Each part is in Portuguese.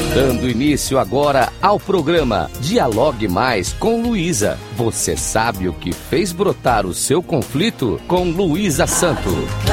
Dando início agora ao programa Dialogue Mais com Luísa. Você sabe o que fez brotar o seu conflito? Com Luísa Santo.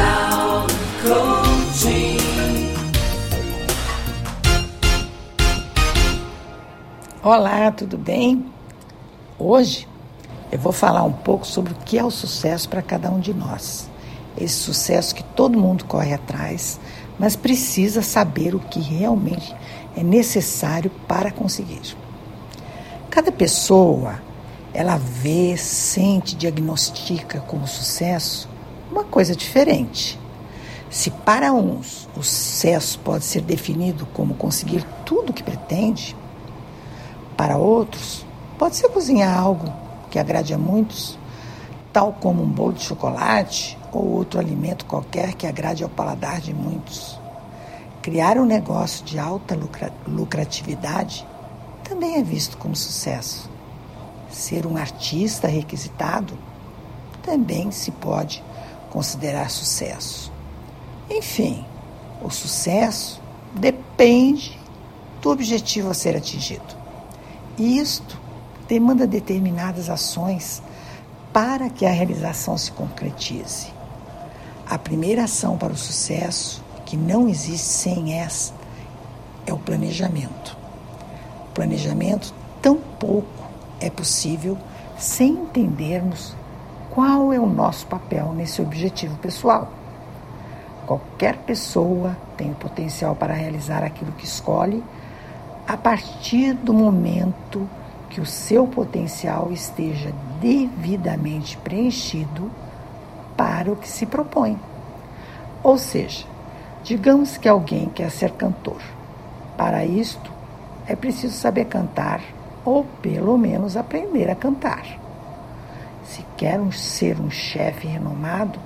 Olá, tudo bem? Hoje eu vou falar um pouco sobre o que é o sucesso para cada um de nós. Esse sucesso que todo mundo corre atrás, mas precisa saber o que realmente é necessário para conseguir. Cada pessoa, ela vê, sente, diagnostica como sucesso uma coisa diferente. Se para uns o sucesso pode ser definido como conseguir tudo o que pretende, para outros pode ser cozinhar algo que agrade a muitos, tal como um bolo de chocolate ou outro alimento qualquer que agrade ao paladar de muitos. Criar um negócio de alta lucratividade também é visto como sucesso. Ser um artista requisitado também se pode considerar sucesso. Enfim, o sucesso depende do objetivo a ser atingido. E isto demanda determinadas ações para que a realização se concretize. A primeira ação para o sucesso, que não existe sem essa, é o planejamento. O planejamento tampouco é possível sem entendermos qual é o nosso papel nesse objetivo pessoal. Qualquer pessoa tem o potencial para realizar aquilo que escolhe a partir do momento que o seu potencial esteja devidamente preenchido para o que se propõe. Ou seja, digamos que alguém quer ser cantor. Para isto, é preciso saber cantar ou pelo menos aprender a cantar. Se quer ser um chefe renomado,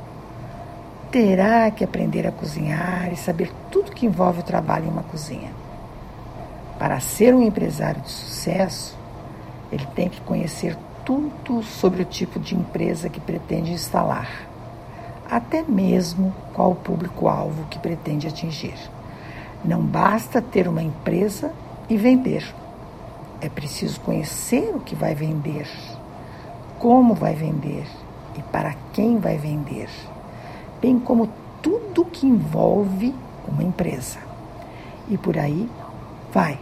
terá que aprender a cozinhar e saber tudo que envolve o trabalho em uma cozinha. Para ser um empresário de sucesso, ele tem que conhecer tudo sobre o tipo de empresa que pretende instalar, até mesmo qual o público-alvo que pretende atingir. Não basta ter uma empresa e vender. É preciso conhecer o que vai vender, como vai vender e para quem vai vender, bem como tudo que envolve uma empresa. E por aí vai.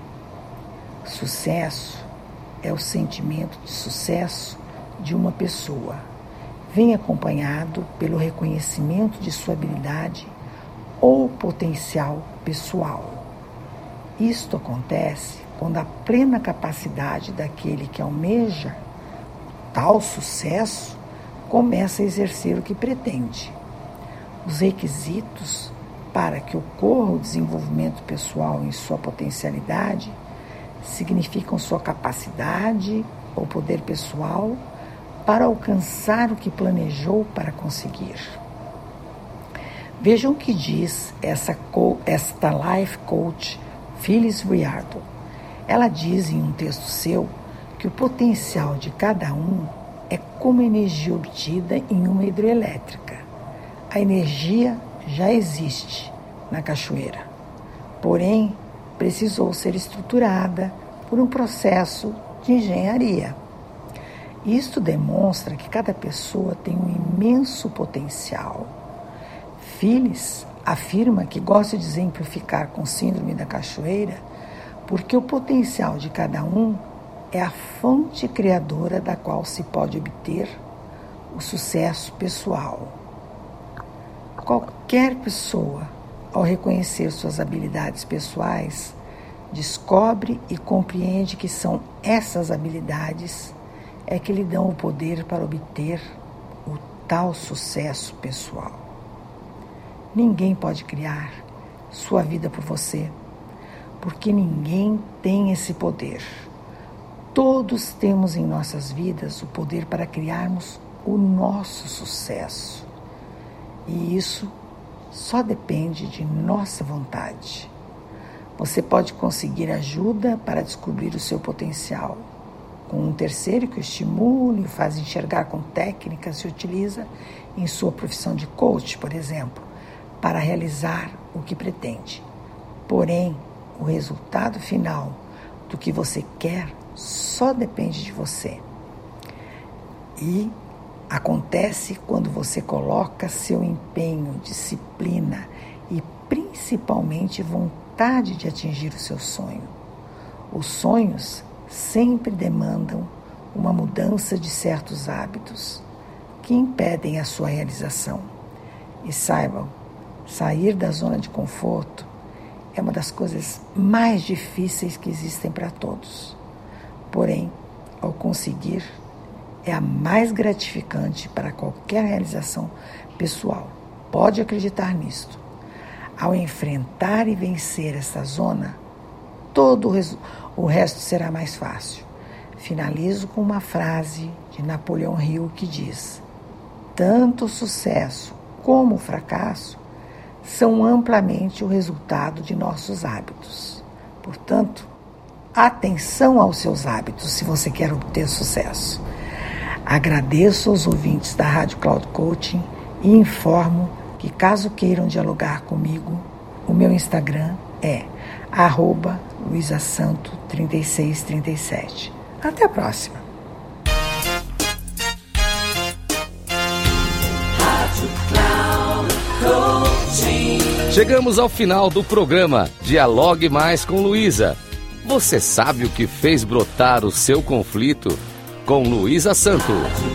Sucesso é o sentimento de sucesso de uma pessoa. Vem acompanhado pelo reconhecimento de sua habilidade ou potencial pessoal. Isto acontece quando a plena capacidade daquele que almeja tal sucesso começa a exercer o que pretende. Os requisitos para que ocorra o desenvolvimento pessoal em sua potencialidade significam sua capacidade ou poder pessoal para alcançar o que planejou para conseguir. Vejam o que diz esta life coach Phyllis Riardo. Ela diz em um texto seu que o potencial de cada um é como energia obtida em uma hidrelétrica. A energia já existe na cachoeira, porém precisou ser estruturada por um processo de engenharia. Isto demonstra que cada pessoa tem um imenso potencial. Phyllis afirma que gosta de exemplificar com síndrome da cachoeira porque o potencial de cada um é a fonte criadora da qual se pode obter o sucesso pessoal. Qualquer pessoa, ao reconhecer suas habilidades pessoais, descobre e compreende que são essas habilidades que lhe dão o poder para obter o tal sucesso pessoal. Ninguém pode criar sua vida por você, porque ninguém tem esse poder. Todos temos em nossas vidas o poder para criarmos o nosso sucesso. E isso só depende de nossa vontade. Você pode conseguir ajuda para descobrir o seu potencial, com um terceiro que o estimule, o faz enxergar com técnicas que utiliza em sua profissão de coach, por exemplo, para realizar o que pretende. Porém, o resultado final do que você quer só depende de você. E acontece quando você coloca seu empenho, disciplina e principalmente vontade de atingir o seu sonho. Os sonhos sempre demandam uma mudança de certos hábitos que impedem a sua realização. E saibam, sair da zona de conforto é uma das coisas mais difíceis que existem para todos. Porém, ao conseguir, é a mais gratificante para qualquer realização pessoal. Pode acreditar nisto. Ao enfrentar e vencer essa zona, todo o resto será mais fácil. Finalizo com uma frase de Napoleão Hill que diz: tanto o sucesso como o fracasso são amplamente o resultado de nossos hábitos. Portanto, atenção aos seus hábitos se você quer obter sucesso. Agradeço aos ouvintes da Rádio Cloud Coaching e informo que, caso queiram dialogar comigo, o meu Instagram é @luisasanto3637. Até a próxima! Chegamos ao final do programa Dialogue Mais com Luísa. Você sabe o que fez brotar o seu conflito? Com Luísa Santo.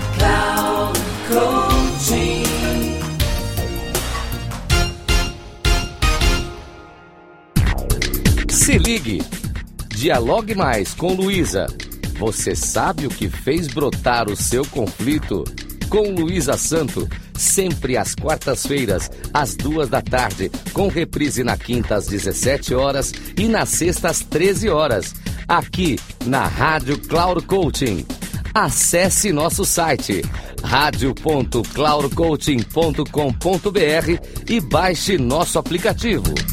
Se ligue. Dialogue Mais com Luísa. Você sabe o que fez brotar o seu conflito? Com Luísa Santo, sempre às quartas-feiras, às 14h, com reprise na quinta às 17h e na sexta às 13h, aqui na Rádio Cloud Coaching. Acesse nosso site radio.cloudcoaching.com.br e baixe nosso aplicativo.